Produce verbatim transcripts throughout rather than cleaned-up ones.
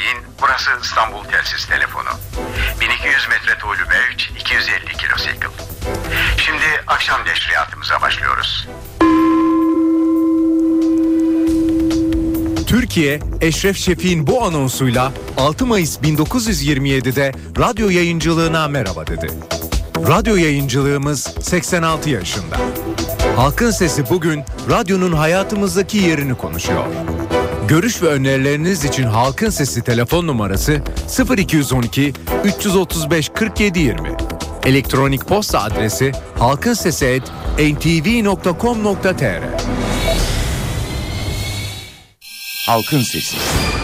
dinleyin. Burası İstanbul Telsiz Telefonu. bin iki yüz metre tuğlu mevç, iki yüz elli kilosikl. Şimdi akşam neşriyatımıza başlıyoruz. Türkiye, Eşref Şefik'in bu anonsuyla altı Mayıs bin dokuz yüz yirmi yedi'de radyo yayıncılığına merhaba dedi. Radyo yayıncılığımız seksen altı yaşında. Halkın Sesi bugün radyonun hayatımızdaki yerini konuşuyor. Görüş ve önerileriniz için Halkın Sesi telefon numarası sıfır iki on iki üç otuz beş kırk yedi yirmi. Elektronik posta adresi halkinsesi et en te ve nokta com nokta te er. Halkın Sesi.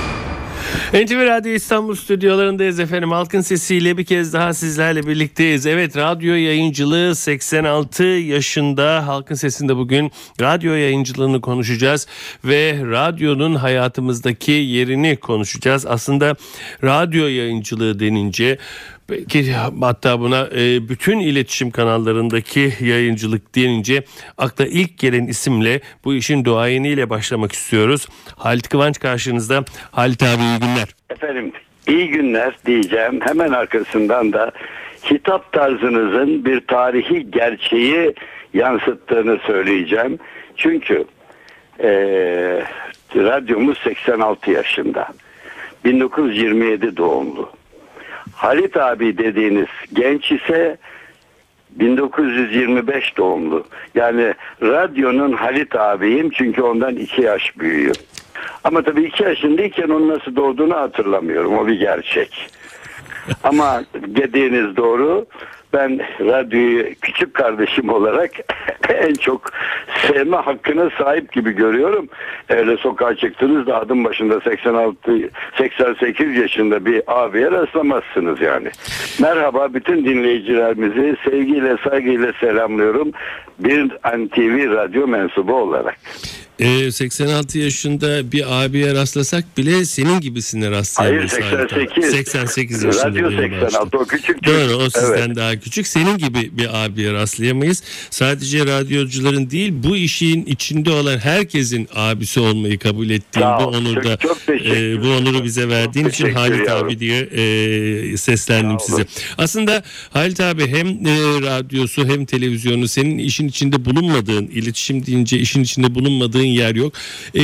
N T V Radyo İstanbul stüdyolarındayız efendim. Halkın Sesi'yle bir kez daha sizlerle birlikteyiz. Evet, radyo yayıncılığı seksen altı yaşında. Halkın Sesi'nde bugün radyo yayıncılığını konuşacağız ve radyonun hayatımızdaki yerini konuşacağız. Aslında radyo yayıncılığı denince, belki hatta buna e, bütün iletişim kanallarındaki yayıncılık denince akla ilk gelen isimle bu işin duayeniyle başlamak istiyoruz. Halit Kıvanç karşınızda. Halit abi, iyi günler. Efendim, iyi günler diyeceğim. Hemen arkasından da hitap tarzınızın bir tarihi gerçeği yansıttığını söyleyeceğim. Çünkü e, radyomuz seksen altı yaşında. bin dokuz yüz yirmi yedi doğumlu. Halit abi dediğiniz genç ise bin dokuz yüz yirmi beş doğumlu. Yani radyonun Halit abiyim, çünkü ondan iki yaş büyüğüm. Ama tabii iki yaşındayken onun nasıl doğduğunu hatırlamıyorum. O bir gerçek. Ama dediğiniz doğru. Ben radyoyu küçük kardeşim olarak en çok sevme hakkına sahip gibi görüyorum. Öyle sokağa çıktığınızda adım başında seksen altı seksen sekiz yaşında bir abiye rastlamazsınız yani. Merhaba, bütün dinleyicilerimizi sevgiyle saygıyla selamlıyorum. Bir N T V radyo mensubu olarak. Ee, seksen altı yaşında bir abiye rastlasak bile senin gibisine rastlayamayız. Hayır, seksen sekiz. seksen sekiz yaşında. Radyo seksen altı, o küçük. Doğru, o sizden evet. daha küçük. Senin gibi bir abiye rastlayamayız. Sadece radyocuların değil, bu işin içinde olan herkesin abisi olmayı kabul ettiğin bu onurda, çok, çok e, bu onuru bize verdiğin için Halit yavrum. abi diye e, seslendim size. Aslında Halit abi hem e, radyosu hem televizyonu, senin işin içinde bulunmadığın, iletişim deyince işin içinde bulunmadığın yer yok. E,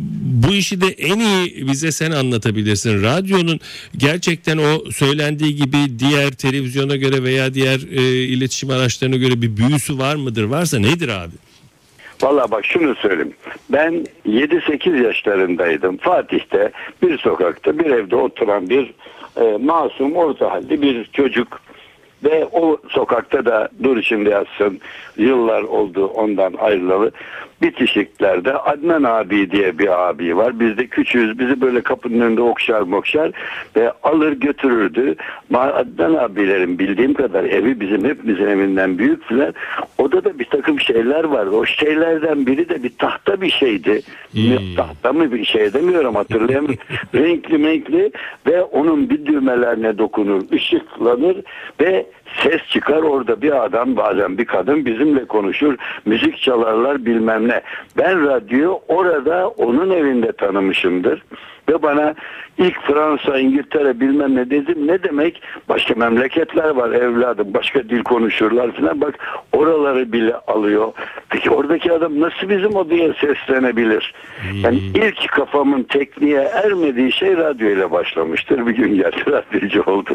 bu işi de en iyi bize sen anlatabilirsin. Radyonun gerçekten o söylendiği gibi diğer televizyona göre veya diğer e, iletişim araçlarına göre bir büyüsü var mıdır? Varsa nedir abi? Vallahi bak, şunu söyleyeyim. Ben yedi sekiz yaşlarındaydım. Fatih'te bir sokakta bir evde oturan bir e, masum orta halli bir çocuk. Ve o sokakta da, dur şimdi yazsın, yıllar oldu ondan ayrılalı, bitişiklerde Adnan abi diye bir abi var. Biz de küçüğüz, bizi böyle kapının önünde okşar mokşar ve alır götürürdü. Adnan abilerin bildiğim kadar evi bizim hepimizin evinden büyük filan. Odada bir takım şeyler vardı. O şeylerden biri de bir tahta bir şeydi. Hmm. Tahta mı bir şey demiyorum, hatırlayamıyorum. renkli renkli ve onun bir düğmelerine dokunur, ışıklanır ve ses çıkar. Orada bir adam, bazen bir kadın bizimle konuşur, müzik çalarlar bilmem ne. Ben radyoyu orada onun evinde tanımışımdır. Ve bana ilk Fransa, İngiltere bilmem ne dedim. Ne demek? Başka memleketler var evladım. Başka dil konuşurlar falan. Bak, oraları bile alıyor. Peki oradaki adam nasıl bizim odaya seslenebilir? Yani ilk kafamın tekniğe ermediği şey radyoyla başlamıştır. Bir gün geldi, radyocu oldu.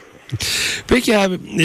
Peki abi, e,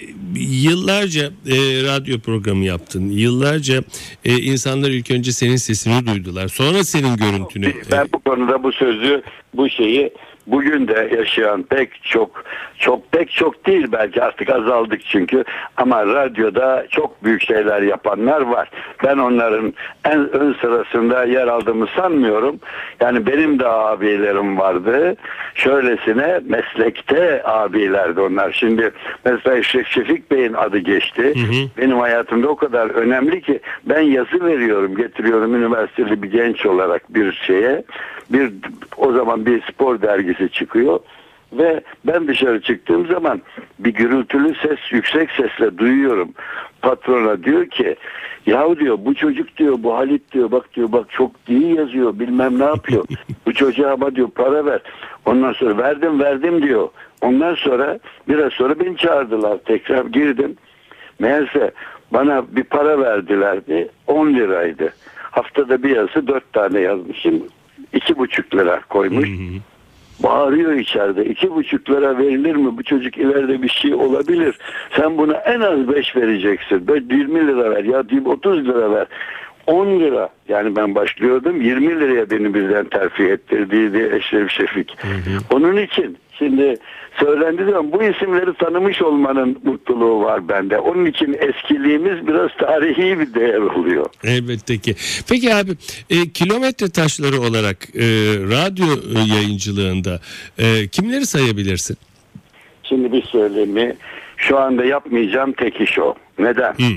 yıllarca e, radyo programı yaptın. Yıllarca e, insanlar ilk önce senin sesini duydular. Sonra senin görüntünü. Ben bu konuda bu sözü, bu şeyi bugün de yaşayan pek çok, çok pek çok değil, belki artık azaldık çünkü, ama radyoda çok büyük şeyler yapanlar var. Ben onların en ön sırasında yer aldığımı sanmıyorum. Yani benim de abilerim vardı. Şöylesine meslekte abilerdi onlar. Şimdi mesela Şefik Bey'in adı geçti. Hı hı. Benim hayatımda o kadar önemli ki ben yazı veriyorum, getiriyorum üniversiteli bir genç olarak bir şeye. Bir o zaman bir spor dergisi çıkıyor. Ve ben dışarı çıktığım zaman bir gürültülü ses, yüksek sesle duyuyorum. Patrona diyor ki, yahu diyor bu çocuk diyor, bu Halit diyor, bak diyor, bak çok iyi yazıyor, bilmem ne yapıyor. Bu çocuğa ama diyor para ver. Ondan sonra verdim verdim diyor. Ondan sonra biraz sonra beni çağırdılar, tekrar girdim. Meğerse bana bir para verdilerdi, on liraydı. Haftada bir yazı dört tane yazmışım, iki buçuk lira koymuş. Bağırıyor içeride, iki buçuk lira verilir mi? Bu çocuk ileride bir şey olabilir. Sen buna en az beş vereceksin. Ben yirmi lira ver ya, otuz lira ver. on lira, yani ben başlıyordum, yirmi liraya beni birden terfi ettirdiydi Eşref Şefik. Hı hı. Onun için şimdi söylendi zaman bu isimleri tanımış olmanın mutluluğu var bende. Onun için eskiliğimiz biraz tarihi bir değer oluyor. Elbette ki. Peki abi, e, kilometre taşları olarak e, radyo yayıncılığında e, kimleri sayabilirsin? Şimdi bir söyleyeyim mi? Şu anda yapmayacağım tek iş o. Neden? Hmm.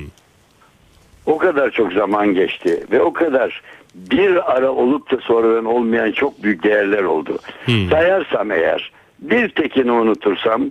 O kadar çok zaman geçti ve o kadar bir ara olup da sonradan olmayan çok büyük değerler oldu. Hmm. Sayarsam eğer, bir tekini unutursam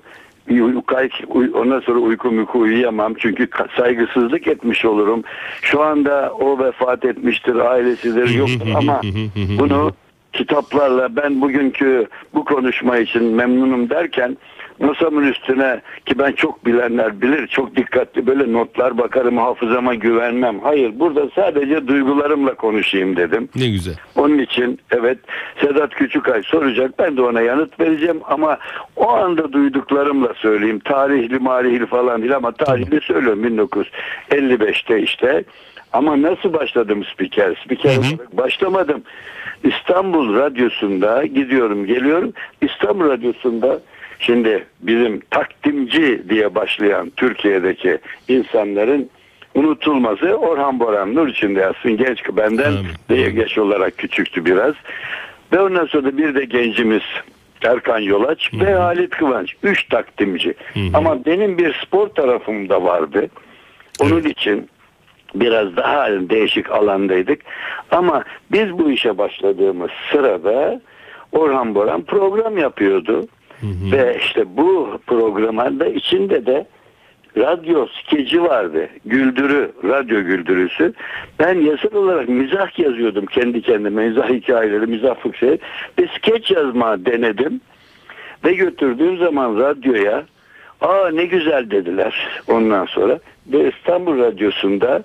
ondan sonra uyku uyku uyuyamam, çünkü saygısızlık etmiş olurum. Şu anda o vefat etmiştir, ailesidir, yok ama bunu kitaplarla, ben bugünkü bu konuşma için memnunum derken masamın üstüne, ki ben çok bilenler bilir, çok dikkatli böyle notlar bakarım, hafızama güvenmem. Hayır, burada sadece duygularımla konuşayım dedim. Ne güzel. Onun için evet, Sedat Küçükay soracak, ben de ona yanıt vereceğim ama o anda duyduklarımla söyleyeyim. Tarihli marihli falan değil ama tarihli tamam. Söylüyorum, bin dokuz yüz elli beşte işte. Ama nasıl başladım spiker? Spiker olarak başlamadım. İstanbul Radyosu'nda gidiyorum geliyorum. İstanbul Radyosu'nda şimdi bizim takdimci diye başlayan Türkiye'deki insanların unutulmazı Orhan Boran, nur içinde yatsın, genç, benden de yaş olarak küçüktü biraz. Ve ondan sonra da bir de gencimiz Erkan Yolaç Hı-hı. ve Halit Kıvanç. Üç takdimci. Hı-hı. Ama benim bir spor tarafım da vardı. Onun evet. için biraz daha değişik alandaydık. Ama biz bu işe başladığımız sırada Orhan Boran program yapıyordu. Hı hı. Ve işte bu programında içinde de radyo skeci vardı. Güldürü, radyo güldürüsü. Ben yazılı olarak mizah yazıyordum kendi kendime. Mizah hikayeleri, mizah fıkra ve skeç yazma denedim. Ve götürdüğüm zaman radyoya, aa ne güzel dediler ondan sonra. Ve İstanbul Radyosu'nda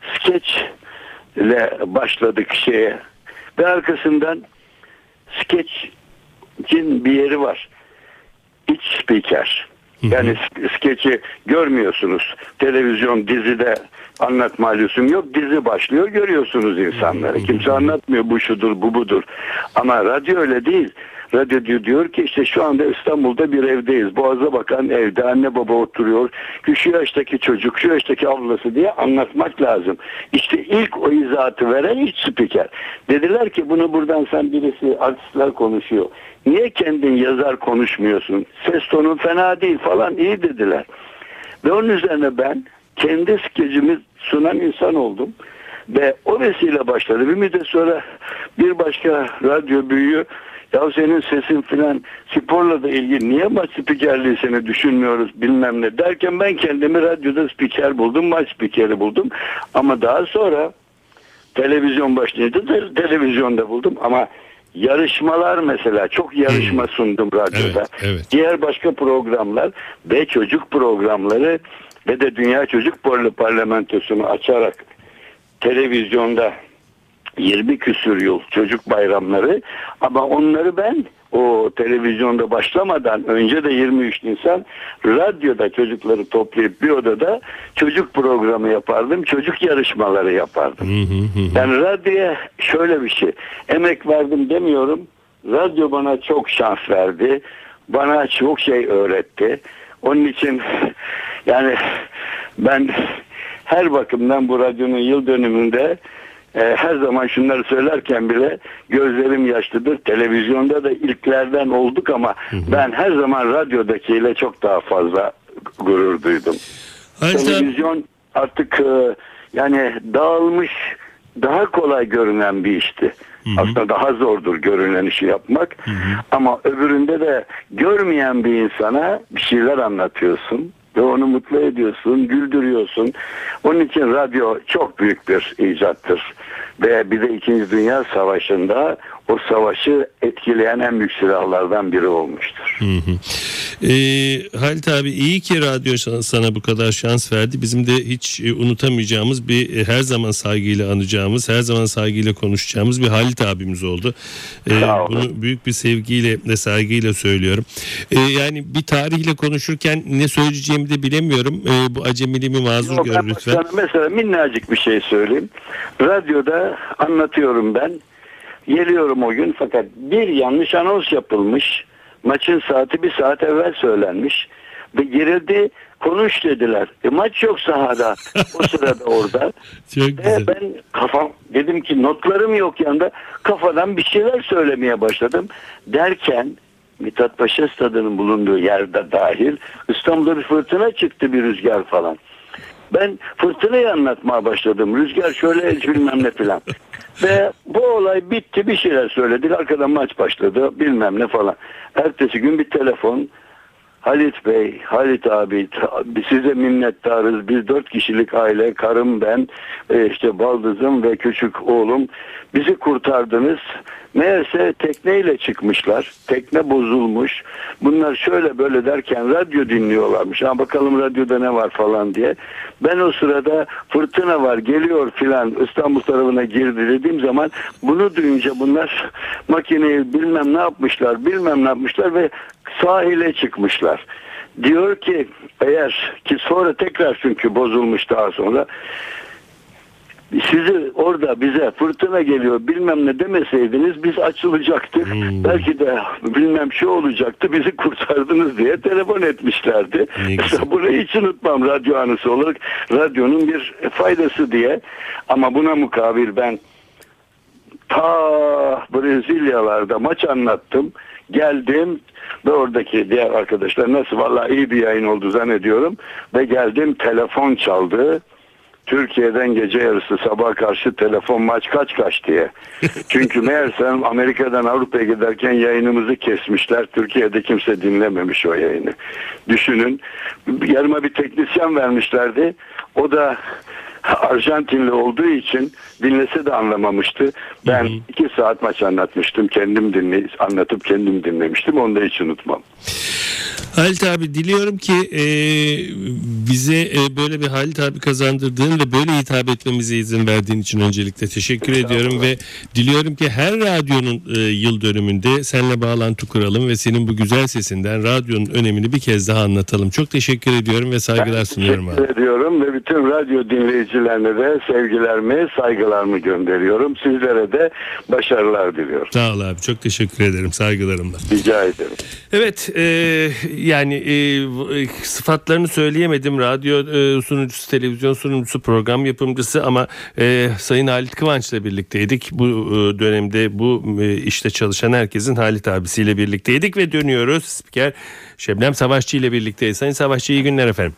skeçle başladık şeye. Ve arkasından skeçin bir yeri var. İç spiker. Yani skeçi görmüyorsunuz. Televizyon, dizide anlatma lüzum yok. Dizi başlıyor, görüyorsunuz insanları. Kimse anlatmıyor bu şudur, bu budur. Ama radyo öyle değil. Radyo diyor, diyor ki işte şu anda İstanbul'da bir evdeyiz. Boğaz'a bakan evde anne baba oturuyor. Şu yaştaki çocuk, şu yaştaki ablası diye anlatmak lazım. İşte ilk o izahatı veren iç spiker. Dediler ki bunu buradan sen birisi, artistler konuşuyor. Niye kendin yazar konuşmuyorsun? Ses tonun fena değil falan, iyi dediler. Ve onun üzerine ben kendi skecimi sunan insan oldum. Ve o vesile başladı. Bir müddet sonra bir başka radyo büyüğü, ya senin sesin filan sporla da ilgili, niye maç spikerliği seni düşünmüyoruz bilmem ne derken ben kendimi radyoda spiker buldum, maç spikeri buldum. Ama daha sonra televizyon başlayınca da televizyonda buldum ama yarışmalar mesela, çok yarışma sundum radyoda. Evet, evet. Diğer başka programlar ve çocuk programları ve de Dünya Çocuk Parlamentosu'nu açarak televizyonda yirmi küsür yıl çocuk bayramları, ama onları ben o televizyonda başlamadan önce de yirmi üç Nisan radyoda çocukları toplayıp bir odada çocuk programı yapardım, çocuk yarışmaları yapardım. Yani radyoya şöyle bir şey, emek verdim demiyorum, radyo bana çok şans verdi, bana çok şey öğretti. Onun için yani ben her bakımdan bu radyonun yıl dönümünde her zaman şunları söylerken bile gözlerim yaşlıdır. Televizyonda da ilklerden olduk ama hı hı. ben her zaman radyodakiyle çok daha fazla gurur duydum. Aynen. Televizyon artık yani dağılmış daha kolay görünen bir işti. Hı hı. Aslında daha zordur görünen işi yapmak. Hı hı. Ama öbüründe de görmeyen bir insana bir şeyler anlatıyorsun ve onu mutlu ediyorsun, güldürüyorsun. Onun için radyo çok büyük bir icattır. Ve bir de İkinci Dünya Savaşı'nda o savaşı etkileyen en büyük silahlardan biri olmuştur. Hı hı. E, Halit abi, iyi ki radyo sana bu kadar şans verdi. Bizim de hiç unutamayacağımız bir, her zaman saygıyla anacağımız, her zaman saygıyla konuşacağımız bir Halit abimiz oldu. E, bunu büyük bir sevgiyle ve saygıyla söylüyorum. E, yani bir tarihle konuşurken ne söyleyeceğimi de bilemiyorum. E, bu acemiliğimi mazur gör lütfen. Mesela minnacık bir şey söyleyeyim. Radyoda anlatıyorum ben. Geliyorum o gün, fakat bir yanlış anons yapılmış. Maçın saati bir saat evvel söylenmiş. Ve girildi, konuş dediler. E, maç yok sahada. O sırada orada. Çok güzel. Ve ben kafam, dedim ki notlarım yok yanında. Kafadan bir şeyler söylemeye başladım. Derken Mithat Paşa Stadı'nın bulunduğu yerde dahil İstanbul'da bir fırtına çıktı, bir rüzgar falan. Ben fırtınayı anlatmaya başladım. Rüzgar şöyle bilmem ne falan. Ve bu olay bitti, bir şeyler söyledik. Arkadan maç başladı bilmem ne falan. Ertesi gün bir telefon. Halit Bey, Halit abi, size minnettarız. Biz dört kişilik aile, karım ben, işte baldızım ve küçük oğlum. Bizi kurtardınız. Meğerse tekneyle çıkmışlar. Tekne bozulmuş. Bunlar şöyle böyle derken radyo dinliyorlarmış. Ha bakalım radyoda ne var falan diye. Ben o sırada fırtına var geliyor filan, İstanbul tarafına girdi dediğim zaman bunu duyunca bunlar makineyi bilmem ne yapmışlar, bilmem ne yapmışlar ve sahile çıkmışlar. Diyor ki eğer ki sonra tekrar, çünkü bozulmuş daha sonra, sizi orada bize fırtına geliyor bilmem ne demeseydiniz biz açılacaktık. Hmm. Belki de bilmem şey olacaktı, bizi kurtardınız diye telefon etmişlerdi. Mesela bunu hiç unutmam radyo anısı olarak, radyonun bir faydası diye. Ama buna mukabil ben ta Brezilyalarda maç anlattım. Geldim ve oradaki diğer arkadaşlar nasıl, vallahi iyi bir yayın oldu zannediyorum. Ve geldim, telefon çaldı. Türkiye'den gece yarısı sabah karşı telefon, maç kaç kaç diye. Çünkü meğersem Amerika'dan Avrupa'ya giderken yayınımızı kesmişler. Türkiye'de kimse dinlememiş o yayını. Düşünün. Yanıma bir teknisyen vermişlerdi. O da Arjantinli olduğu için dinlese de anlamamıştı. Ben hı hı. iki saat maç anlatmıştım. Kendim dinle, anlatıp kendim dinlemiştim. Onu da hiç unutmam. Halit abi, diliyorum ki e, bize e, böyle bir Halit abi kazandırdığın ve böyle hitap etmemize izin verdiğin için öncelikle teşekkür ediyorum ve diliyorum ki her radyonun e, yıl dönümünde seninle bağlantı kuralım ve senin bu güzel sesinden radyonun önemini bir kez daha anlatalım. Çok teşekkür ediyorum ve saygılar ben sunuyorum abi. Teşekkür ediyorum ve bütün radyo dinleyicilerine de sevgilerimi, saygılarımı gönderiyorum. Sizlere de başarılar diliyorum. Sağ ol abi, çok teşekkür ederim, saygılarımla. Rica ederim. Evet, e, yani e, sıfatlarını söyleyemedim. Radyo e, sunucusu, televizyon sunucusu, program yapımcısı ama e, Sayın Halit Kıvanç'la birlikteydik. Bu e, dönemde bu e, işte çalışan herkesin Halit abisiyle birlikteydik ve dönüyoruz. Spiker Şebnem Savaşçı ile birlikteyiz. Sayın Savaşçı, iyi günler efendim.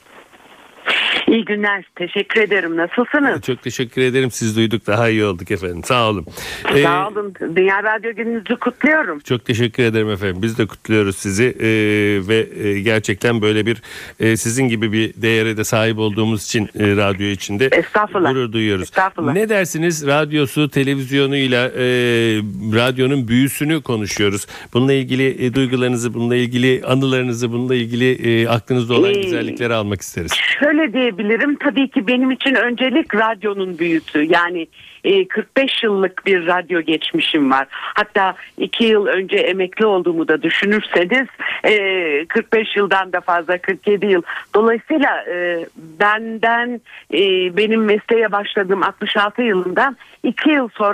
İyi günler. Teşekkür ederim. Nasılsınız? Çok teşekkür ederim. Siz duyduk, daha iyi olduk efendim. Sağ olun. Sağ ee, olun. Dünya Radyo Gününüzü kutluyorum. Çok teşekkür ederim efendim. Biz de kutluyoruz sizi ee, ve e, gerçekten böyle bir e, sizin gibi bir değere de sahip olduğumuz için e, radyo içinde Estağfurullah. gurur duyuyoruz. Estağfurullah. Ne dersiniz? Radyosu, televizyonuyla e, radyonun büyüsünü konuşuyoruz. Bununla ilgili e, duygularınızı, bununla ilgili anılarınızı, bununla ilgili e, aklınızda olan ee, güzellikleri almak isteriz. Şöyle diyebilirim. Tabii ki benim için öncelik radyonun büyüsü. Yani kırk beş yıllık bir radyo geçmişim var. Hatta iki yıl önce emekli olduğumu da düşünürseniz kırk beş yıldan da fazla, kırk yedi yıl. Dolayısıyla benden benim mesleğe başladığım altmış altı yılından iki yıl sonra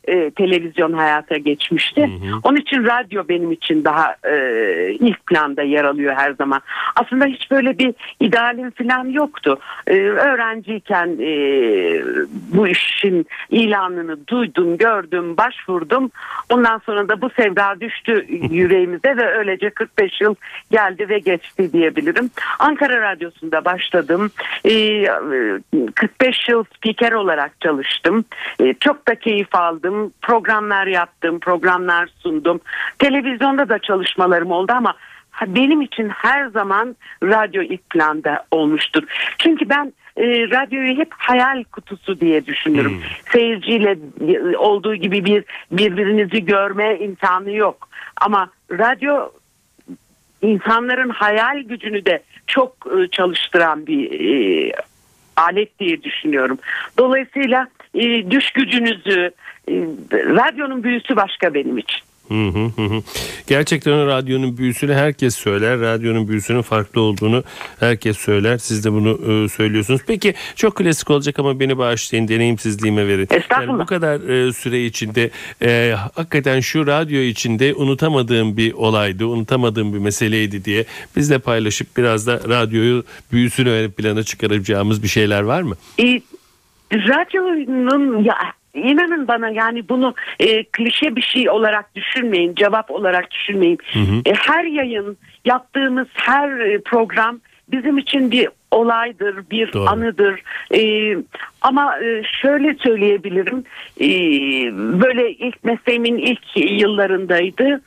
e, televizyon hayata geçmişti. Hı hı. Onun için radyo benim için daha e, ilk planda yer alıyor her zaman. Aslında hiç böyle bir idealim falan yoktu. E, öğrenciyken e, bu işin ilanını duydum, gördüm, başvurdum. Ondan sonra da bu sevda düştü yüreğimize ve öylece kırk beş yıl geldi ve geçti diyebilirim. Ankara Radyosu'nda başladım. E, kırk beş yıl spiker olarak çalıştım. E, çok da keyif aldım. Programlar yaptım, programlar sundum. Televizyonda da çalışmalarım oldu ama benim için her zaman radyo ilk planda olmuştur. Çünkü ben e, radyoyu hep hayal kutusu diye düşünürüm. Hmm. Seyirciyle olduğu gibi bir birbirinizi görme imkanı yok. Ama radyo insanların hayal gücünü de çok e, çalıştıran bir e, alet diye düşünüyorum. Dolayısıyla e, düş gücünüzü, e, radyonun büyüsü başka benim için. Hı hı hı. Gerçekten radyonun büyüsünü herkes söyler. Radyonun büyüsünün farklı olduğunu herkes söyler. Siz de bunu e, söylüyorsunuz. Peki çok klasik olacak ama beni bağışlayın, deneyimsizliğime verin. Estağfurullah. Yani bu kadar e, süre içinde e, hakikaten şu radyo içinde unutamadığım bir olaydı, unutamadığım bir meseleydi diye bizle paylaşıp biraz da radyoyu büyüsünü ön plana çıkaracağımız bir şeyler var mı? E, radyonun ya İnanın bana yani bunu e, klişe bir şey olarak düşünmeyin, cevap olarak düşünmeyin. Hı hı. E, her yayın, yaptığımız her e, program bizim için bir olaydır, bir Doğru. anıdır. E, ama e, şöyle söyleyebilirim, e, böyle ilk mesleğimin ilk yıllarındaydı.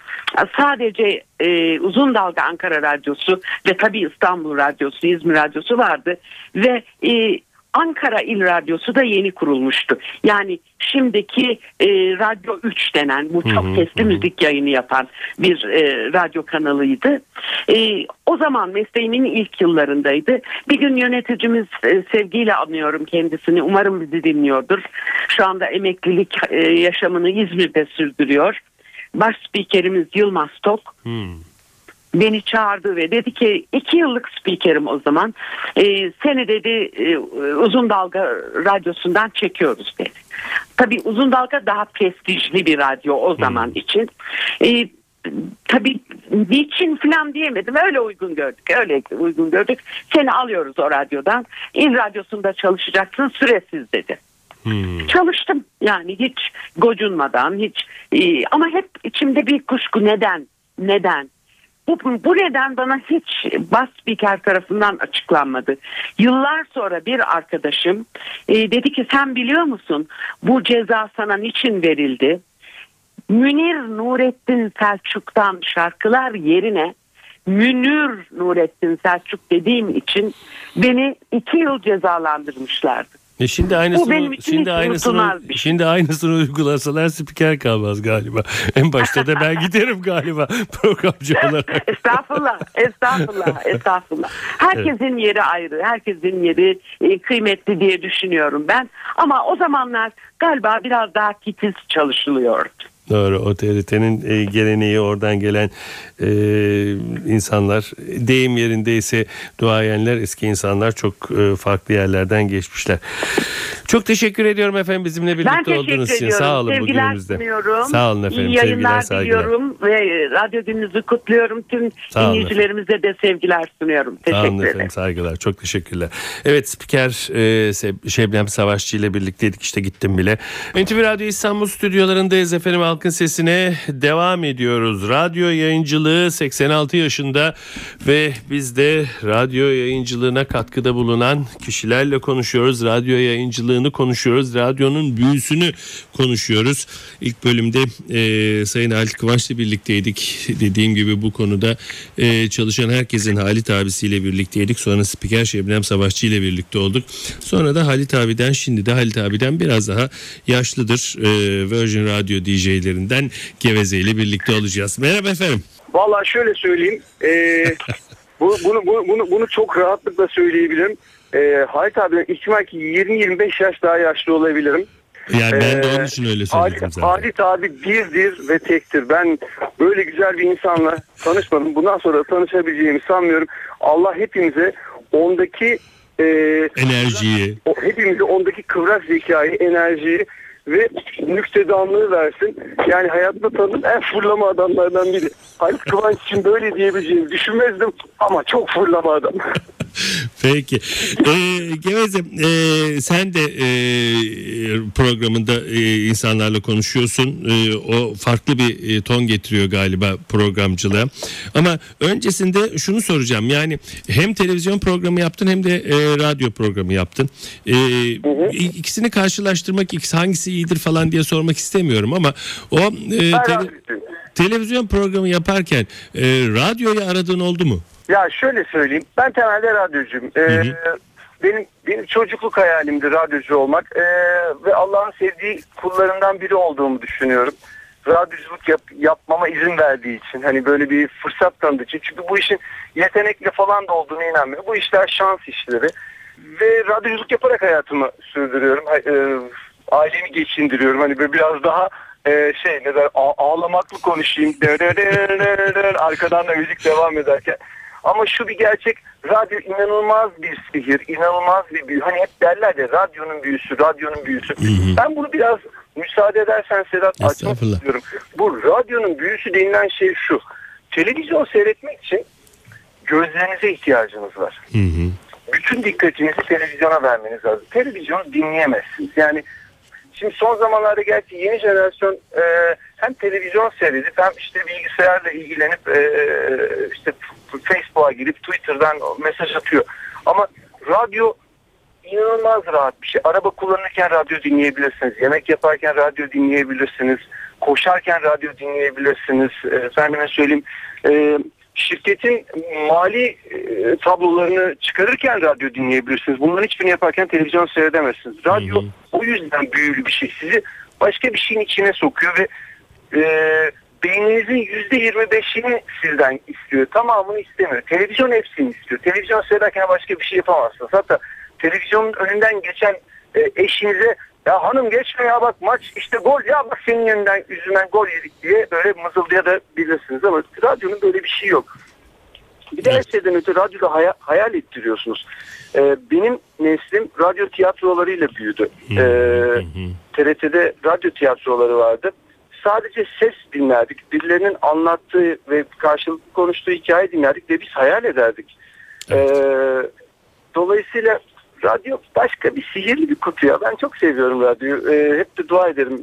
Sadece e, Uzun Dalga Ankara Radyosu ve tabii İstanbul Radyosu, İzmir Radyosu vardı ve e, Ankara İl Radyosu da yeni kurulmuştu. Yani şimdiki e, Radyo üç denen bu çok sesli müzik yayını yapan bir e, radyo kanalıydı. E, o zaman mesleğimin ilk yıllarındaydı. Bir gün yöneticimiz e, sevgiyle anıyorum kendisini. Umarım bizi dinliyordur. Şu anda emeklilik e, yaşamını İzmir'de sürdürüyor. Baş spikerimiz Yılmaz Tok. Hmm. Beni çağırdı ve dedi ki iki yıllık spikerim o zaman. Ee, seni dedi e, Uzun Dalga Radyosu'ndan çekiyoruz dedi. Tabii Uzun Dalga daha prestijli bir radyo o zaman hmm. için. Ee, tabii niçin falan diyemedim. Öyle uygun gördük. Öyle uygun gördük. Seni alıyoruz o radyodan. İl Radyosu'nda çalışacaksın süresiz dedi. Hmm. Çalıştım yani hiç gocunmadan hiç e, ama hep içimde bir kuşku neden neden Bu, bu neden bana hiç bas spiker tarafından açıklanmadı. Yıllar sonra bir arkadaşım e, dedi ki sen biliyor musun bu ceza sana niçin verildi? Münir Nurettin Selçuk'tan şarkılar yerine Münir Nurettin Selçuk dediğim için beni iki yıl cezalandırmışlardı. E şimdi aynısını şimdi aynısını şimdi aynısını uygulasalar spiker kalmaz galiba. En başta da ben giderim galiba programcı olarak. Estağfurullah, estağfurullah, estağfurullah. Herkesin evet. yeri ayrı, herkesin yeri e, kıymetli diye düşünüyorum ben. Ama o zamanlar galiba biraz daha titiz çalışılıyordu. Doğru, o T R T'nin e, geleneği, oradan gelen e, insanlar, deyim yerindeyse duayenler, eski insanlar çok e, farklı yerlerden geçmişler. Çok teşekkür ediyorum efendim bizimle birlikte olduğunuz için. Sağ olun sevgiler bugünümüzde. Sunuyorum. Sağ olun efendim. İyi yayınlar diliyorum ve radyo gününüzü kutluyorum. Tüm dinleyicilerimize de sevgiler sunuyorum. Teşekkür Sağ olun ederim. efendim, saygılar. Çok teşekkürler. Evet, spiker e, Şebnem Savaşçı ile birlikteydik, işte gittim bile. N T V Radyo İstanbul stüdyolarındayız efendim. Halkın Sesi'ne devam ediyoruz. Radyo yayıncılığı seksen altı yaşında ve biz de radyo yayıncılığına katkıda bulunan kişilerle konuşuyoruz. Radyo yayıncılığını konuşuyoruz. Radyonun büyüsünü konuşuyoruz. İlk bölümde e, Sayın Halit Kıvanç'la birlikteydik. Dediğim gibi bu konuda e, çalışan herkesin Halit abisiyle birlikteydik. Sonra spiker Şebnem Savaşçı ile birlikte olduk. Sonra da Halit abiden, şimdi de Halit abiden biraz daha yaşlıdır. E, Virgin Radio D J'lerinden Geveze ile birlikte olacağız. Merhaba efendim. Vallahi şöyle söyleyeyim. E, bu, bunu, bunu, bunu, bunu çok rahatlıkla söyleyebilirim. E, Halit abiden ihtimal ki yirmi yirmi beş yaş daha yaşlı olabilirim. Yani ben de onun için öyle söyledim Halit, zaten. Halit abi birdir ve tektir. Ben böyle güzel bir insanla tanışmadım. Bundan sonra tanışabileceğimi sanmıyorum. Allah hepimize ondaki e, enerjiyi, o, hepimize ondaki kıvrak zekayı, enerjiyi ve nüktedanlığı versin. Yani hayatta tanıdığım en fırlama adamlardan biri. Halit Kıvanç için böyle diyebileceğimi düşünmezdim ama çok fırlama adam. Peki. Ee, Geveze, e, sen de e, programında e, insanlarla konuşuyorsun. E, o farklı bir e, ton getiriyor galiba programcılığa. Ama öncesinde şunu soracağım. Yani hem televizyon programı yaptın hem de e, radyo programı yaptın. E, hı hı. İkisini karşılaştırmak, ikisi hangisi iyidir falan diye sormak istemiyorum ama o e, tele, televizyon programı yaparken e, radyoyu aradığın oldu mu? Ya şöyle söyleyeyim, ben temelde radyocuyum. Ee, hı hı. Benim benim çocukluk hayalimdi radyocu olmak ee, ve Allah'ın sevdiği kullarından biri olduğumu düşünüyorum. Radyoculuk yap, yapmama izin verdiği için, hani böyle bir fırsat tanıdığı için. Çünkü bu işin yetenekle falan da olduğunu inanmıyorum. Bu işler şans işleri ve radyoculuk yaparak hayatımı sürdürüyorum. Ee, ailemi geçindiriyorum. Hani böyle biraz daha Ee, şey ne der ağlamaklı konuşayım arkadan da müzik devam ederken, ama şu bir gerçek, radyo inanılmaz bir sihir, inanılmaz bir büyü. Hani hep derler ya, radyonun büyüsü, radyonun büyüsü. Hı hı. Ben bunu biraz müsaade edersen Sedat açmak istiyorum. Bu radyonun büyüsü denilen şey şu: televizyon seyretmek için gözlerinize ihtiyacınız var. Hı hı. Bütün dikkatinizi televizyona vermeniz lazım. Televizyonu dinleyemezsiniz. Yani şimdi son zamanlarda gerçi yeni jenerasyon e, hem televizyon seyredip hem işte bilgisayarla ilgilenip e, işte Facebook'a girip Twitter'dan mesaj atıyor. Ama radyo inanılmaz rahat bir şey. Araba kullanırken radyo dinleyebilirsiniz. Yemek yaparken radyo dinleyebilirsiniz. Koşarken radyo dinleyebilirsiniz. E, efendime söyleyeyim, e, şirketin mali e, tablolarını çıkarırken radyo dinleyebilirsiniz. Bunların hiçbirini yaparken televizyon seyredemezsiniz. Radyo hı hı. o yüzden büyülü bir şey. Sizi başka bir şeyin içine sokuyor ve e, beyninizin yüzde yirmi beşini sizden istiyor. Tamamını istemiyor. Televizyon hepsini istiyor. Televizyon seyrederken başka bir şey yapamazsınız. Hatta televizyonun önünden geçen e, eşinize, ya hanım geçme ya, bak maç işte gol, ya bak senin yönünden yüzünden gol yedik diye böyle mızıldayabilirsiniz, ama radyonun böyle bir şey yok. Bir de her şeyden öte radyoda hayal, hayal ettiriyorsunuz. Ee, benim neslim radyo tiyatrolarıyla büyüdü. Ee, T R T'de radyo tiyatroları vardı. Sadece ses dinlerdik. Birilerinin anlattığı ve karşılıklı konuştuğu hikaye dinlerdik ve biz hayal ederdik. Ee, dolayısıyla radyo başka bir sihirli bir kutu ya. Ben çok seviyorum radyoyu. Ee, hep de dua ederim.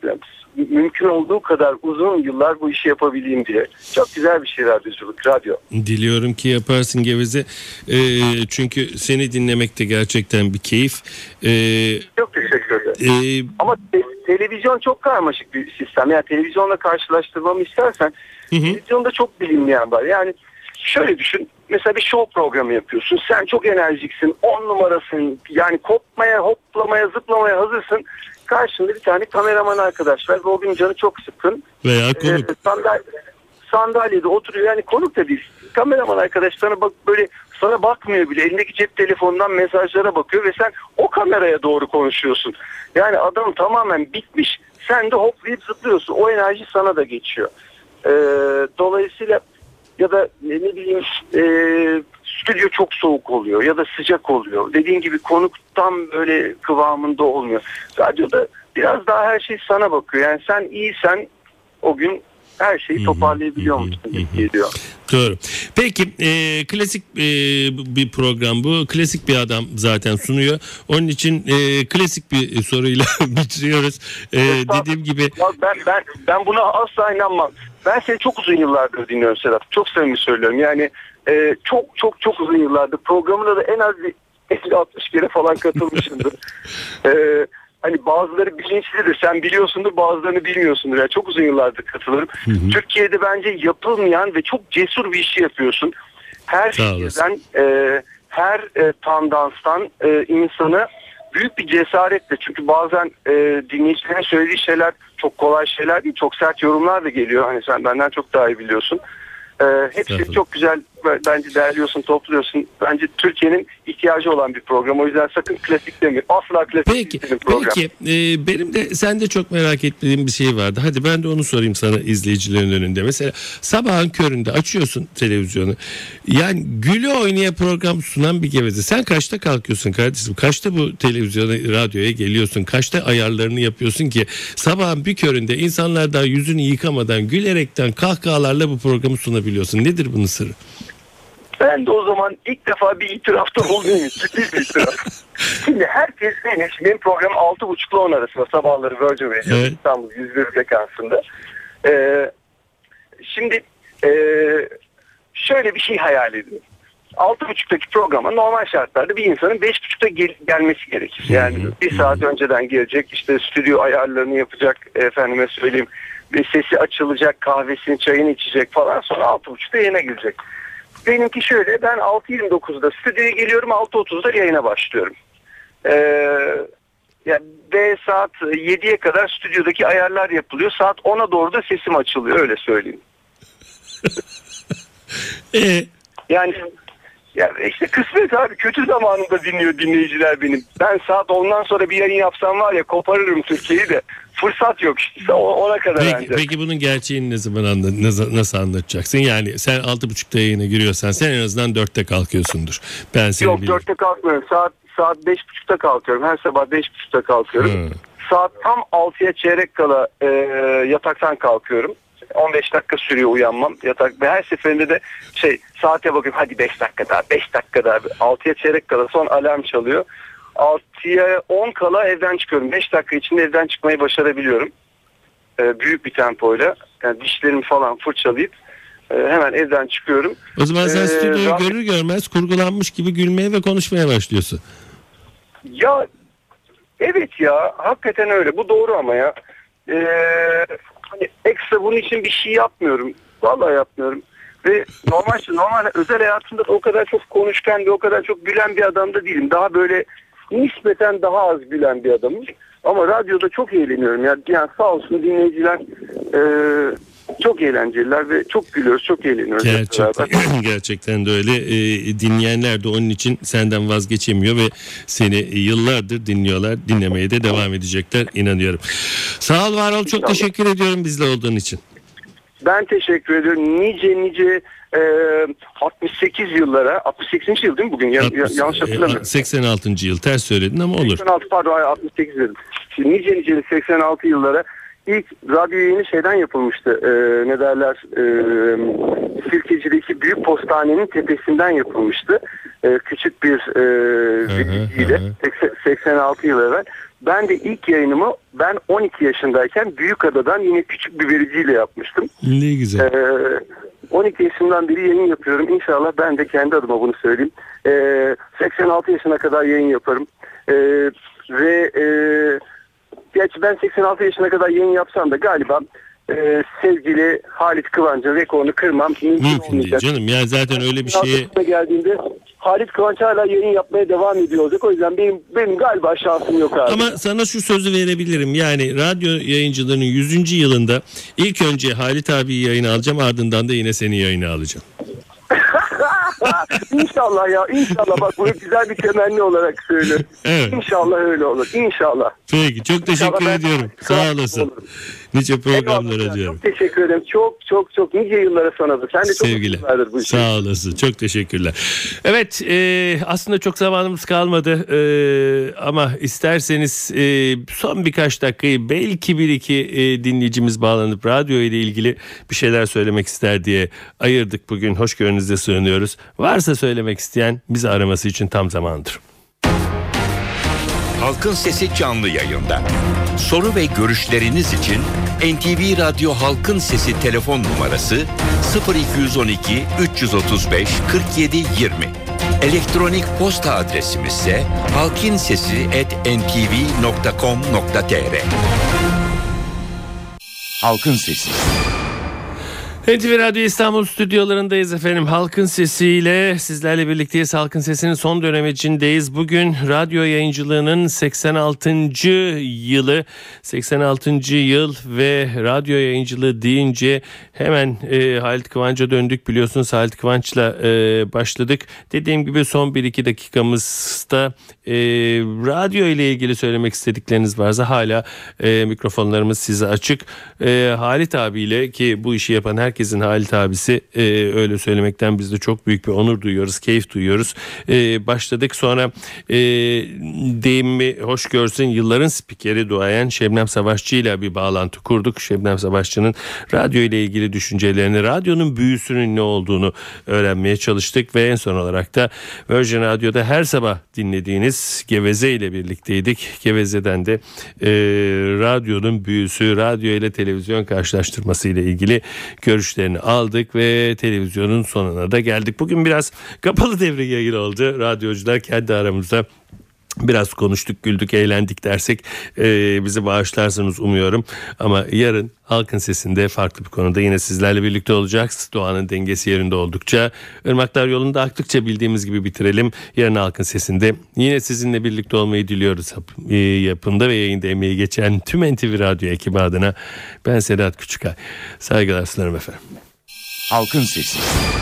Mümkün olduğu kadar uzun yıllar bu işi yapabileyim diye. Çok güzel bir şey radyoculuk, radyo. Diliyorum ki yaparsın Geveze. Ee, çünkü seni dinlemek de gerçekten bir keyif. Ee, çok teşekkür ederim. E, Ama te- televizyon çok karmaşık bir sistem. Yani televizyonla karşılaştırmamı istersen, hı hı. televizyonda çok bilinmeyen var. Yani şöyle düşün. Mesela bir show programı yapıyorsun. Sen çok enerjiksin. On numarasın. Yani kopmaya, hoplamaya, zıplamaya hazırsın. Karşında bir tane kameraman arkadaş var ve o gün canı çok sıkkın. Veya konuk. Ee, sandalye, sandalyede oturuyor. Yani konuk da değil. Kameraman arkadaş sana bak, böyle sana bakmıyor bile. Elindeki cep telefonundan mesajlara bakıyor ve sen o kameraya doğru konuşuyorsun. Yani adam tamamen bitmiş. Sen de hoplayıp zıplıyorsun. O enerji sana da geçiyor. Ee, dolayısıyla ya da ne, ne bileyim e, stüdyo çok soğuk oluyor ya da sıcak oluyor. Dediğin gibi konuk tam böyle kıvamında olmuyor. Radyoda biraz daha her şey sana bakıyor. Yani sen iyisen o gün her şeyi toparlayabiliyor musun gibi geliyor. Doğru. Peki e, klasik e, bir program bu. Klasik bir adam zaten sunuyor. Onun için e, klasik bir soruyla bitiriyoruz. E, dediğim gibi. Ben, ben, ben buna asla inanmam. Ben seni çok uzun yıllardır dinliyorum Sedat. Çok samimi söylüyorum. Yani e, çok çok çok uzun yıllardır. Programına da en az elli altmış kere falan katılmışımdır. e, hani bazıları bilinçlidir. Sen biliyorsundur, bazılarını bilmiyorsundur. Yani çok uzun yıllardır katılırım. Hı hı. Türkiye'de bence yapılmayan ve çok cesur bir işi yapıyorsun. Her şeyden, e, her e, tandanstan e, insanı büyük bir cesaretle, çünkü bazen e, dinleyicilerin söylediği şeyler çok kolay şeyler değil, çok sert yorumlar da geliyor. Hani sen benden çok daha iyi biliyorsun. E, hepsini çok güzel bence değerliyorsun, topluyorsun. Bence Türkiye'nin ihtiyacı olan bir program. O yüzden sakın klasik demeyin. Asla klasik Peki, bir program. peki. Ee, benim de sende çok merak ettiğim bir şey vardı. Hadi ben de onu sorayım sana izleyicilerin önünde. Mesela sabahın köründe açıyorsun televizyonu. Yani gülü oynaya program sunan bir geveze. Sen kaçta kalkıyorsun kardeşim? Kaçta bu televizyona, radyoya geliyorsun? Kaçta ayarlarını yapıyorsun ki sabahın bir köründe insanlar daha yüzünü yıkamadan gülerekten kahkahalarla bu programı sunabiliyorsun? Nedir bunun sırrı? Ben de o zaman ilk defa bir itirafta bulunayım. Ciddi bir itiraf. Şimdi herkes benim, şimdi benim program altı buçuk ile on arasında sabahları Virgin Radio Evet. İstanbul yüz bir frekansında. Ee, şimdi e, şöyle bir şey hayal edin. altı buçuktaki programa normal şartlarda bir insanın beş buçukta gel- gelmesi gerekir. Yani bir saat önceden gelecek, işte stüdyo ayarlarını yapacak, efendime söyleyeyim, bir sesi açılacak, kahvesini, çayını içecek falan, sonra altı buçukta yayına girecek. Benimki şöyle, ben altı yirmi dokuzda stüdyoya geliyorum, altı otuzda yayına başlıyorum. Ee, yani ve saat yediye kadar stüdyodaki ayarlar yapılıyor. Saat ona doğru da sesim açılıyor, öyle söyleyeyim. Ee, Yani ya işte kısmet abi, kötü zamanında dinliyor dinleyiciler benim. Ben saat ondan sonra bir yayın yapsam var ya, koparırım Türkiye'yi de. Fırsat yok işte, ona kadar Peki, ancak. peki bunun gerçeğini ne zaman anla, nasıl, nasıl anlatacaksın? Yani sen altı buçukta yayına giriyorsan sen en azından dörtte kalkıyorsundur. Ben seni Yok, bilirim. dörtte kalkmıyorum. Saat saat beş buçukta kalkıyorum. Her sabah beş buçukta kalkıyorum. Hı. Saat tam altıya çeyrek kala e, yataktan kalkıyorum. on beş dakika sürüyor uyanmam. Yatak ve her seferinde de şey, saate bakıyorum, hadi beş dakika daha, beş dakika daha. altıya çeyrek kala son alarm çalıyor. altıya on kala evden çıkıyorum. beş dakika içinde evden çıkmayı başarabiliyorum. E, büyük bir tempoyla. Yani dişlerimi falan fırçalayıp e, hemen evden çıkıyorum. O zaman sen Ee, stüdyoyu rahat- görür görmez kurgulanmış gibi gülmeye ve konuşmaya başlıyorsun. Ya evet ya, hakikaten öyle. Bu doğru ama ya. Ee, hani ekstra bunun için bir şey yapmıyorum. Vallahi yapmıyorum. Ve normal normal özel hayatımda da o kadar çok konuşkan ve o kadar çok gülen bir adam da değilim. Daha böyle nispeten daha az gülen bir adamım. Ama radyoda çok eğleniyorum. Yani, yani sağ olsun dinleyiciler e, çok eğlenceliler ve çok gülüyoruz, çok eğleniyoruz. Gerçekten, gerçekten de öyle. Ee, dinleyenler de onun için senden vazgeçemiyor ve seni yıllardır dinliyorlar. Dinlemeye de devam edecekler, inanıyorum. Sağ ol, var ol. Çok İnşallah. teşekkür ediyorum bizle olduğun için. Ben teşekkür ediyorum. Nice nice e, altmış sekiz yıllara, altmış sekizinci yıl değil mi bugün? Ya, ya, yanlış hatırlamıyorum. seksen altıncı yıl ters söyledin ama olur. seksen altı pardon, altmış sekiz dedim. Şimdi nice nice seksen altı yıllara ilk radyo yayını şeyden yapılmıştı. E, ne derler? E, Sirkeci'deki büyük postanenin tepesinden yapılmıştı. E, küçük bir e, vericiyle seksen altı yıl evvel. Ben de ilk yayınımı ben on iki yaşındayken Büyükada'dan yine küçük bir vericiyle yapmıştım. Ne güzel. Ee, on iki yaşından beri yayın yapıyorum. İnşallah ben de kendi adıma bunu söyleyeyim. Ee, seksen altı yaşına kadar yayın yaparım. Ee, ve e, gerçi ben seksen altı yaşına kadar yayın yapsam da galiba e, sevgili Halit Kıvanç'ın rekorunu kırmam mümkün Mümkün değil olmayacak. canım. Yani zaten öyle bir şeye... geldiğinde Halit Kıvanç hala yayın yapmaya devam ediyor olacak. O yüzden benim benim galiba şansım yok abi. Ama sana şu sözü verebilirim. Yani radyo yayıncılığının yüzüncü yılında ilk önce Halit abiyi yayına alacağım, ardından da yine seni yayına alacağım. İnşallah ya, inşallah. Bak, bunu güzel bir temenni olarak söylüyorum. Evet. İnşallah öyle olur. İnşallah. Peki, çok teşekkür İnşallah ben- ediyorum. Sağ olasın. Nice programlara Eyvallah. diyorum. Çok teşekkür ederim. Çok çok çok nice yıllara sana da. Sen de çok Sevgiler. yıllardır bu işi. Sağ olasın. Çok teşekkürler. Evet, e, aslında çok zamanımız kalmadı e, ama isterseniz e, son birkaç dakikayı belki bir iki e, dinleyicimiz bağlanıp radyo ile ilgili bir şeyler söylemek ister diye ayırdık bugün. Hoşgörünüze sığınıyoruz. Varsa söylemek isteyen bizi araması için tam zamandır. Halkın Sesi canlı yayında. Soru ve görüşleriniz için N T V Radyo Halkın Sesi telefon numarası sıfır iki on iki üç otuz beş kırk yedi yirmi. Elektronik posta adresimiz ise halkinsesi at n t v nokta com nokta t r. Halkın Sesi. N T V Radyo İstanbul stüdyolarındayız efendim. Halkın Sesi'yle sizlerle birlikteyiz. Halkın Sesi'nin son dönemindeyiz. Bugün radyo yayıncılığının seksen altıncı yılı. seksen altıncı yıl ve radyo yayıncılığı deyince hemen e, Halit Kıvanç'a döndük. Biliyorsunuz Halit Kıvanç'la e, başladık. Dediğim gibi son bir iki dakikamızda e, radyo ile ilgili söylemek istedikleriniz varsa hala e, mikrofonlarımız size açık. E, Halit abiyle, ki bu işi yapan herkes Herkesin Halit abisi, e, öyle söylemekten biz de çok büyük bir onur duyuyoruz, keyif duyuyoruz. E, başladık sonra e, deyimimi hoş görsün, yılların spikeri duayen Şebnem Savaşçı ile bir bağlantı kurduk. Şebnem Savaşçı'nın radyo ile ilgili düşüncelerini, radyonun büyüsünün ne olduğunu öğrenmeye çalıştık ve en son olarak da Virgin Radyo'da her sabah dinlediğiniz Geveze ile birlikteydik. Geveze'den de e, radyonun büyüsü, radyo ile televizyon karşılaştırması ile ilgili görüşlerini aldık ve televizyonun sonuna da geldik. Bugün biraz kapalı devre yayın oldu. Radyocular kendi aramızda biraz konuştuk, güldük, eğlendik dersek e, bizi bağışlarsınız umuyorum. Ama yarın Halkın Sesi'nde farklı bir konuda yine sizlerle birlikte olacağız. Doğanın dengesi yerinde oldukça, ırmaklar yolunda aktıkça bildiğimiz gibi bitirelim. Yarın Halkın Sesi'nde yine sizinle birlikte olmayı diliyoruz. E, yapımda ve yayında emeği geçen tüm N T V Radyo ekibi adına ben Sedat Küçükay. Saygılar sunarım efendim. Halkın Sesi.